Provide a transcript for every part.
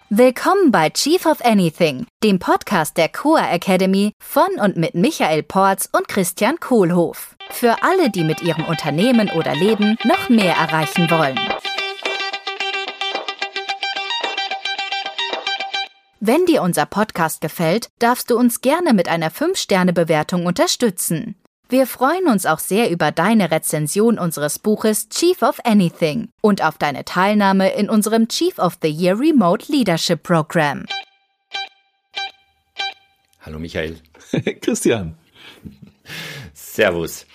Willkommen bei Chief of Anything, dem Podcast der Coa Academy von und mit Michael Porz und Christian Kohlhoff. Für alle, die mit ihrem Unternehmen oder Leben noch mehr erreichen wollen. Wenn dir unser Podcast gefällt, darfst du uns gerne mit einer 5-Sterne-Bewertung unterstützen. Wir freuen uns auch sehr über deine Rezension unseres Buches Chief of Anything und auf deine Teilnahme in unserem Chief of the Year Remote Leadership Program. Hallo Michael. Christian. Servus.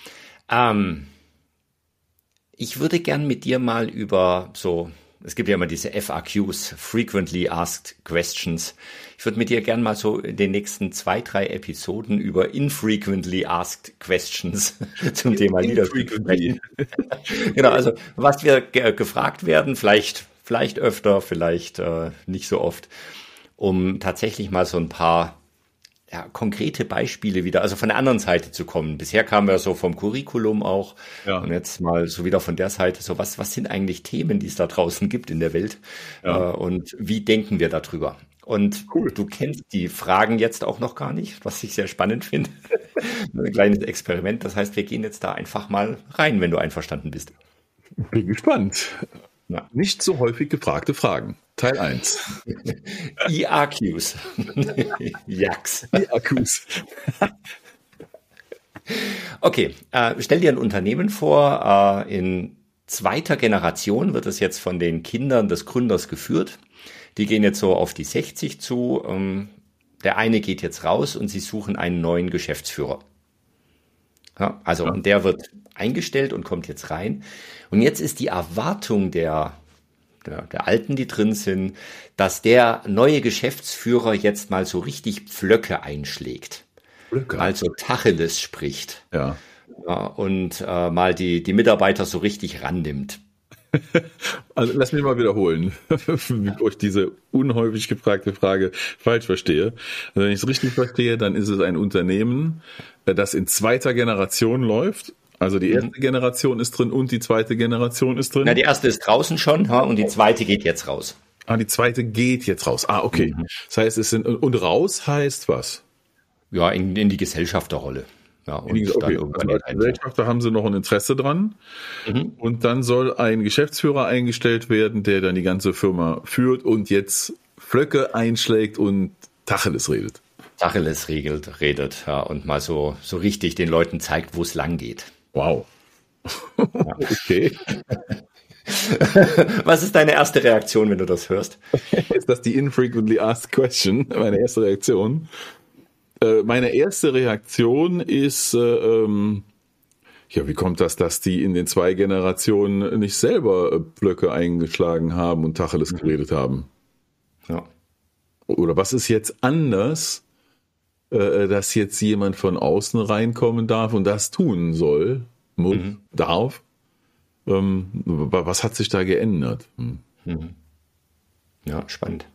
Ich würde gern mit dir mal über es gibt ja immer diese FAQs, Frequently Asked Questions. Ich würde mit dir gern mal so in den nächsten 2-3 Episoden über Infrequently Asked Questions zum Thema Leadership sprechen. Genau, also was wir gefragt werden, vielleicht öfter, vielleicht nicht so oft, um tatsächlich mal so ein paar konkrete Beispiele wieder, also von der anderen Seite zu kommen. Bisher kamen wir so vom Curriculum auch und jetzt mal so wieder von der Seite, so was sind eigentlich Themen, die es da draußen gibt in der Welt und wie denken wir darüber? Und Du kennst die Fragen jetzt auch noch gar nicht, was ich sehr spannend finde. Ein kleines Experiment, das heißt, wir gehen jetzt da einfach mal rein, wenn du einverstanden bist. Bin gespannt. Na. Nicht so häufig gefragte Fragen. Teil 1. IAQs. IAQs. IAQs. Okay, stell dir ein Unternehmen vor, in 2. Generation wird es jetzt von den Kindern des Gründers geführt. Die gehen jetzt so auf die 60 zu. Der eine geht jetzt raus und sie suchen einen neuen Geschäftsführer. Ja, und der wird eingestellt und kommt jetzt rein. Und jetzt ist die Erwartung der Alten, die drin sind, dass der neue Geschäftsführer jetzt mal so richtig Pflöcke einschlägt. Pflöcke. Also Tacheles spricht. Ja, und mal die Mitarbeiter so richtig rannimmt. Also lass mich mal wiederholen, bevor ich diese unhäufig gefragte Frage falsch verstehe. Also wenn ich es richtig verstehe, dann ist es ein Unternehmen, das in 2. Generation läuft. Also die erste Generation ist drin und die 2. Generation ist drin. Na, die erste ist draußen schon und die 2. geht jetzt raus. Die 2. geht jetzt raus. Okay. Das heißt, und raus heißt was? Ja, in die Gesellschafterrolle. Ja, und okay. Als Gesellschafter haben sie noch ein Interesse dran. Und dann soll ein Geschäftsführer eingestellt werden, der dann die ganze Firma führt und jetzt Pflöcke einschlägt und Tacheles redet. Tacheles redet, ja, und mal so richtig den Leuten zeigt, wo es lang geht. Wow. Okay. Was ist deine erste Reaktion, wenn du das hörst? Ist das die Infrequently Asked Question? Meine erste Reaktion. Meine erste Reaktion ist, wie kommt das, dass die in den 2 Generationen nicht selber Blöcke eingeschlagen haben und Tacheles geredet haben? Ja. Oder was ist jetzt anders, dass jetzt jemand von außen reinkommen darf und das tun soll, darf? Was hat sich da geändert? Ja, spannend.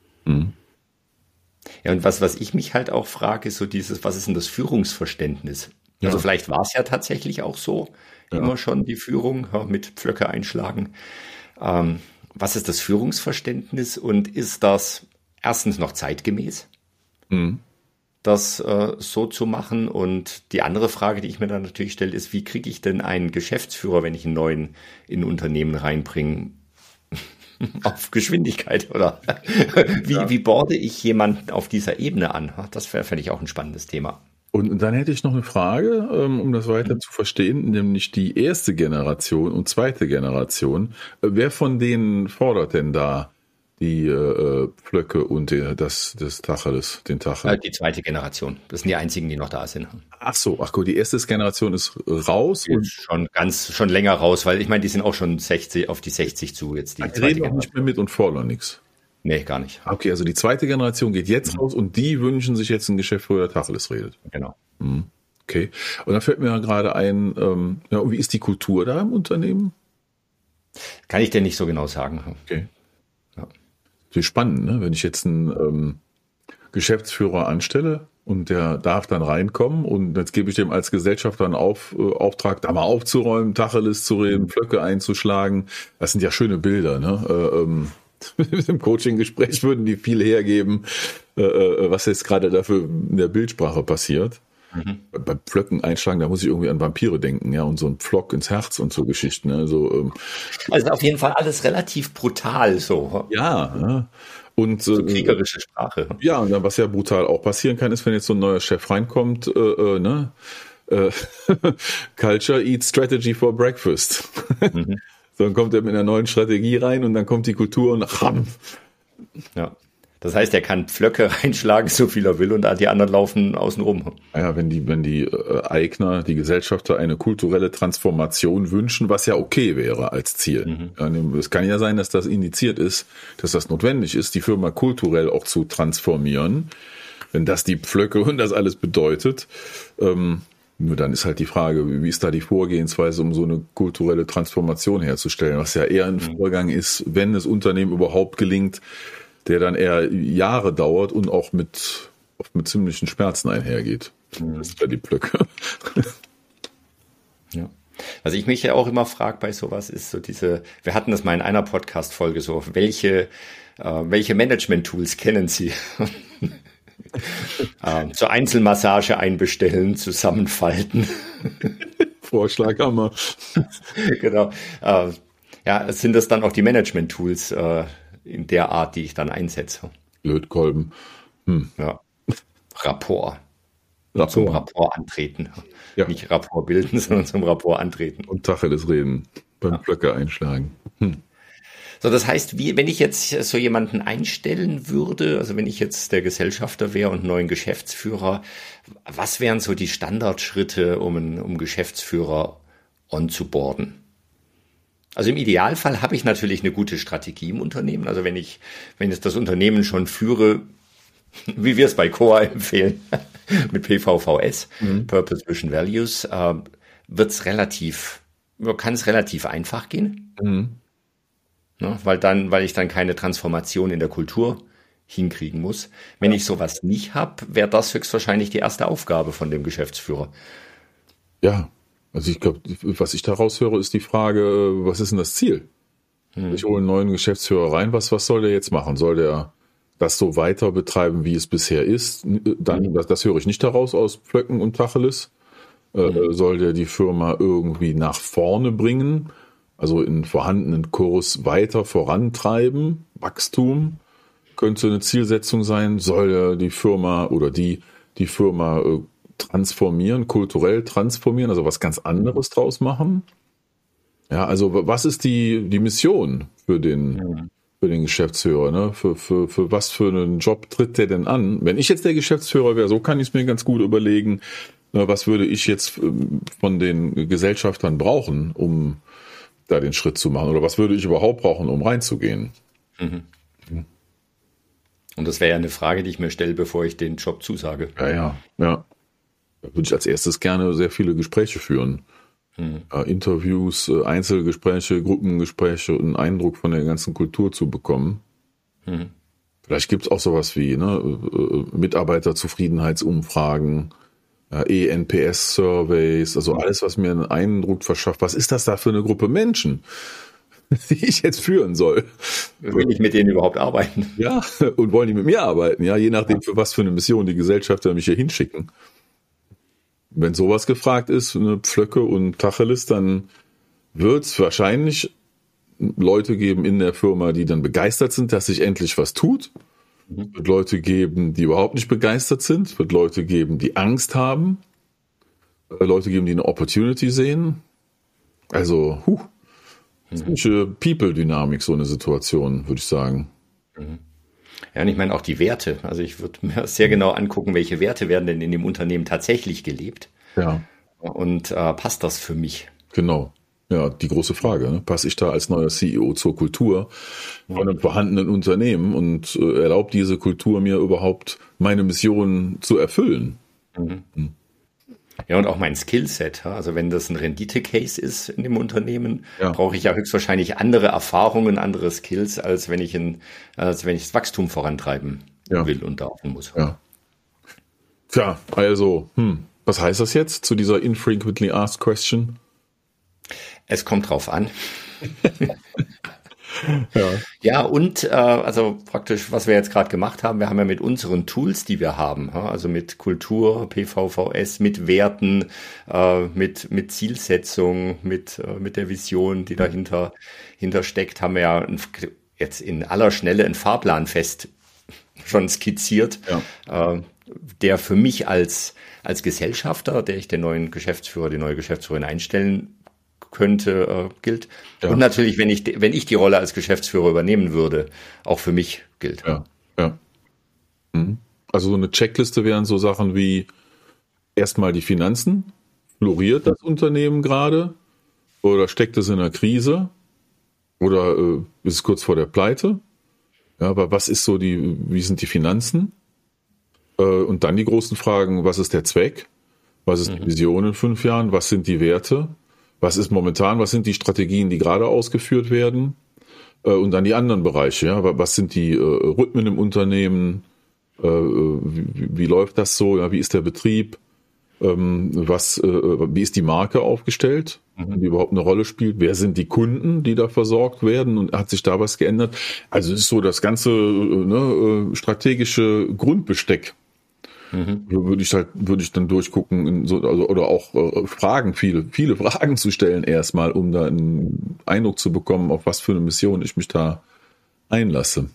Ja, und was ich mich halt auch frage, ist so dieses, was ist denn das Führungsverständnis? Ja. Also vielleicht war es ja tatsächlich auch so, immer schon die Führung mit Pflöcke einschlagen. Was ist das Führungsverständnis und ist das erstens noch zeitgemäß, das so zu machen? Und die andere Frage, die ich mir dann natürlich stelle, ist, wie kriege ich denn einen Geschäftsführer, wenn ich einen neuen in ein Unternehmen reinbringe, auf Geschwindigkeit, oder? Wie borde ich jemanden auf dieser Ebene an? Das fände ich auch ein spannendes Thema. Und dann hätte ich noch eine Frage, um das weiter zu verstehen, nämlich die erste Generation und 2. Generation. Wer von denen fordert denn da die Pflöcke und das Tacheles, den Tacheles? Die 2. Generation. Das sind die einzigen, die noch da sind. Ach gut, die erste Generation ist raus. Ist schon länger raus, weil ich meine, die sind auch schon auf die 60 zu jetzt. Die reden auch nicht mehr mit und fordern nichts. Nee, gar nicht. Okay, also die 2. Generation geht jetzt raus und die wünschen sich jetzt einen Geschäftsführer, der Tacheles redet. Genau. Okay. Und dann fällt mir gerade ein, wie ist die Kultur da im Unternehmen? Kann ich dir nicht so genau sagen. Okay. Natürlich spannend, ne? Wenn ich jetzt einen Geschäftsführer anstelle und der darf dann reinkommen und jetzt gebe ich dem als Gesellschafter einen Auftrag, da mal aufzuräumen, Tacheles zu reden, Pflöcke einzuschlagen. Das sind ja schöne Bilder, ne? Im Coaching-Gespräch würden die viel hergeben, was jetzt gerade dafür in der Bildsprache passiert. Beim Pflöcken einschlagen, da muss ich irgendwie an Vampire denken, ja, und so ein Pflock ins Herz und so Geschichten. Also auf jeden Fall alles relativ brutal so. Ja. Und so kriegerische Sprache. Ja, und dann, was ja brutal auch passieren kann, ist, wenn jetzt so ein neuer Chef reinkommt, Culture eats strategy for breakfast. So, dann kommt er mit einer neuen Strategie rein und dann kommt die Kultur und ram. Ja. Das heißt, er kann Pflöcke reinschlagen, so viel er will, und die anderen laufen außen rum. Ja, wenn die Eigner, die Gesellschafter eine kulturelle Transformation wünschen, was ja okay wäre als Ziel. Es kann ja sein, dass das indiziert ist, dass das notwendig ist, die Firma kulturell auch zu transformieren. Wenn das die Pflöcke und das alles bedeutet, nur dann ist halt die Frage, wie ist da die Vorgehensweise, um so eine kulturelle Transformation herzustellen, was ja eher ein Vorgang ist, wenn es Unternehmen überhaupt gelingt, der dann eher Jahre dauert und auch oft mit ziemlichen Schmerzen einhergeht. Das ist ja die Pflöcke. Ja. Was ich mich ja auch immer frage bei sowas ist so wir hatten das mal in einer Podcast-Folge so, welche Management-Tools kennen Sie? Zur Einzelmassage einbestellen, zusammenfalten. Vorschlaghammer. Genau. Sind das dann auch die Management-Tools in der Art, die ich dann einsetze? Lötkolben. Ja. Rapport. Zum Rapport antreten. Ja. Nicht Rapport bilden, sondern zum Rapport antreten. Und Tacheles reden. Beim Pflöcke einschlagen. So, das heißt, wenn ich jetzt so jemanden einstellen würde, also wenn ich jetzt der Gesellschafter wäre und einen neuen Geschäftsführer, was wären so die Standardschritte, um Geschäftsführer onzuboarden? Also im Idealfall habe ich natürlich eine gute Strategie im Unternehmen. Also wenn ich das Unternehmen schon führe, wie wir es bei COA empfehlen, mit PVVS, Purpose, Vision, Values, kann es relativ einfach gehen. Ne, weil ich dann keine Transformation in der Kultur hinkriegen muss. Wenn ich sowas nicht habe, wäre das höchstwahrscheinlich die erste Aufgabe von dem Geschäftsführer. Ja, also ich glaube, was ich daraus höre, ist die Frage, was ist denn das Ziel? Ich hole einen neuen Geschäftsführer rein, was soll der jetzt machen? Soll der das so weiter betreiben, wie es bisher ist? Dann, das höre ich nicht daraus aus Pflöcken und Tacheles. Soll der die Firma irgendwie nach vorne bringen? Also in vorhandenen Kurs weiter vorantreiben? Wachstum könnte eine Zielsetzung sein. Soll er die Firma oder die Firma transformieren, kulturell transformieren, also was ganz anderes draus machen? Ja, also was ist die Mission für den Geschäftsführer? Ne? Für was für einen Job tritt der denn an? Wenn ich jetzt der Geschäftsführer wäre, so kann ich es mir ganz gut überlegen, was würde ich jetzt von den Gesellschaftern brauchen, um da den Schritt zu machen? Oder was würde ich überhaupt brauchen, um reinzugehen? Und das wäre ja eine Frage, die ich mir stelle, bevor ich den Job zusage. Ja. Da würde ich als erstes gerne sehr viele Gespräche führen. Interviews, Einzelgespräche, Gruppengespräche und einen Eindruck von der ganzen Kultur zu bekommen. Vielleicht gibt es auch sowas wie Mitarbeiterzufriedenheitsumfragen, ENPS-Surveys, also alles, was mir einen Eindruck verschafft. Was ist das da für eine Gruppe Menschen, die ich jetzt führen soll? Will ich mit denen überhaupt arbeiten? Ja, und wollen die mit mir arbeiten? Ja, je nachdem, für was für eine Mission die Gesellschafter mich hier hinschicken. Wenn sowas gefragt ist, eine Pflöcke und Tacheles, dann wird es wahrscheinlich Leute geben in der Firma, die dann begeistert sind, dass sich endlich was tut. Es wird Leute geben, die überhaupt nicht begeistert sind. Es wird Leute geben, die Angst haben. Leute geben, die eine Opportunity sehen. Also, ziemliche People-Dynamik, so eine Situation, würde ich sagen. Ja, und ich meine auch die Werte. Also ich würde mir sehr genau angucken, welche Werte werden denn in dem Unternehmen tatsächlich gelebt. Ja. Und passt das für mich? Genau. Ja, die große Frage. Ne? Passe ich da als neuer CEO zur Kultur von einem vorhandenen Unternehmen und erlaubt diese Kultur mir überhaupt meine Mission zu erfüllen? Ja, und auch mein Skillset. Also wenn das ein Rendite-Case ist in dem Unternehmen, brauche ich ja höchstwahrscheinlich andere Erfahrungen, andere Skills, als wenn ich das Wachstum vorantreiben will und darf und muss. Ja. Tja, also, was heißt das jetzt zu dieser infrequently asked question? Es kommt drauf an. Ja, und also praktisch, was wir jetzt gerade gemacht haben, wir haben ja mit unseren Tools, die wir haben, also mit Kultur, PVVS, mit Werten, mit Zielsetzung, mit der Vision, die dahinter steckt, haben wir ja jetzt in aller Schnelle einen Fahrplan schon skizziert, der für mich als Gesellschafter, der ich den neuen Geschäftsführer, die neue Geschäftsführerin einstellen könnte, gilt. Ja. Und natürlich, wenn ich die Rolle als Geschäftsführer übernehmen würde, auch für mich gilt. Ja. Also so eine Checkliste wären so Sachen wie erstmal die Finanzen. Floriert das Unternehmen gerade? Oder steckt es in einer Krise? Oder ist es kurz vor der Pleite? Ja, aber wie sind die Finanzen? Und dann die großen Fragen, was ist der Zweck? Was ist die Vision in 5 Jahren? Was sind die Werte? Was ist momentan? Was sind die Strategien, die gerade ausgeführt werden? Und dann die anderen Bereiche. Ja? Was sind die Rhythmen im Unternehmen? Wie läuft das so? Ja, wie ist der Betrieb? Wie ist die Marke aufgestellt, die überhaupt eine Rolle spielt? Wer sind die Kunden, die da versorgt werden? Und hat sich da was geändert? Also es ist so das ganze strategische Grundbesteck. Würde ich dann durchgucken oder auch Fragen, viele Fragen zu stellen erstmal, um da einen Eindruck zu bekommen, auf was für eine Mission ich mich da einlasse.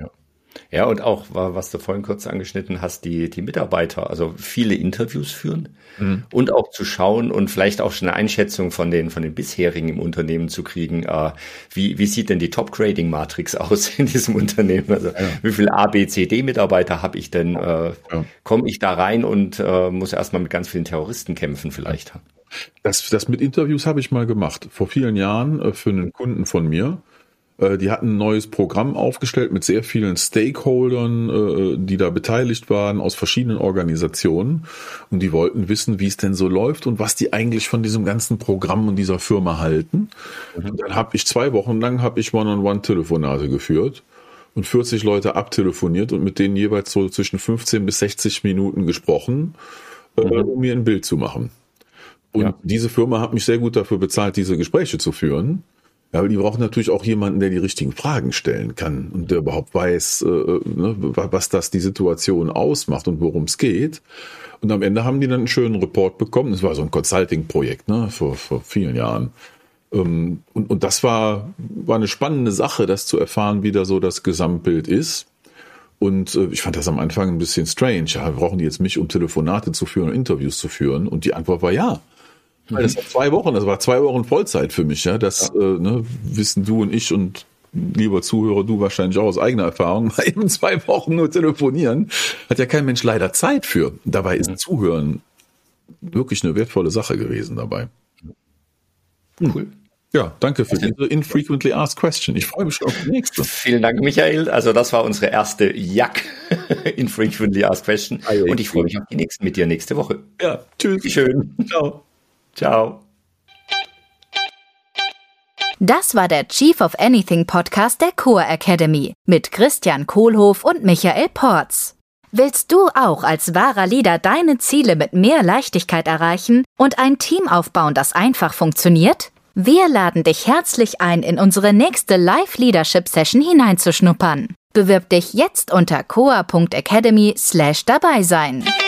Ja, und auch, was du vorhin kurz angeschnitten hast, die Mitarbeiter, also viele Interviews führen und auch zu schauen und vielleicht auch schon eine Einschätzung von den bisherigen im Unternehmen zu kriegen, wie sieht denn die Top-Grading-Matrix aus in diesem Unternehmen? Also wie viele A, B, C, D-Mitarbeiter habe ich denn? Komme ich da rein und muss erstmal mit ganz vielen Terroristen kämpfen vielleicht? Das mit Interviews habe ich mal gemacht, vor vielen Jahren für einen Kunden von mir. Die hatten ein neues Programm aufgestellt mit sehr vielen Stakeholdern, die da beteiligt waren aus verschiedenen Organisationen. Und die wollten wissen, wie es denn so läuft und was die eigentlich von diesem ganzen Programm und dieser Firma halten. Und dann habe ich 2 Wochen lang One-on-One-Telefonate geführt und 40 Leute abtelefoniert und mit denen jeweils so zwischen 15 bis 60 Minuten gesprochen, um mir ein Bild zu machen. Und diese Firma hat mich sehr gut dafür bezahlt, diese Gespräche zu führen. Ja, aber die brauchen natürlich auch jemanden, der die richtigen Fragen stellen kann und der überhaupt weiß, was die Situation ausmacht und worum es geht. Und am Ende haben die dann einen schönen Report bekommen. Das war so ein Consulting-Projekt, vor vielen Jahren. Und das war eine spannende Sache, das zu erfahren, wie da so das Gesamtbild ist. Und ich fand das am Anfang ein bisschen strange. Ja, brauchen die jetzt mich, um Telefonate zu führen und Interviews zu führen? Und die Antwort war ja. Das war 2 Wochen, das war 2 Wochen Vollzeit für mich, ja. Das wissen du und ich und lieber Zuhörer, du wahrscheinlich auch aus eigener Erfahrung, mal eben 2 Wochen nur telefonieren, hat ja kein Mensch leider Zeit für. Dabei ist Zuhören wirklich eine wertvolle Sache gewesen dabei. Cool. Ja, danke für diese Infrequently Asked Question. Ich freue mich schon auf die nächste. Vielen Dank, Michael. Also das war unsere erste Infrequently Asked Question. Und ich freue mich auf die nächsten mit dir nächste Woche. Ja, tschüss. Schön. Ciao. Ciao. Das war der Chief of Anything Podcast der Core Academy mit Christian Kohlhoff und Michael Porz. Willst du auch als wahrer Leader deine Ziele mit mehr Leichtigkeit erreichen und ein Team aufbauen, das einfach funktioniert? Wir laden dich herzlich ein, in unsere nächste Live-Leadership-Session hineinzuschnuppern. Bewirb dich jetzt unter coa.academy/dabei sein.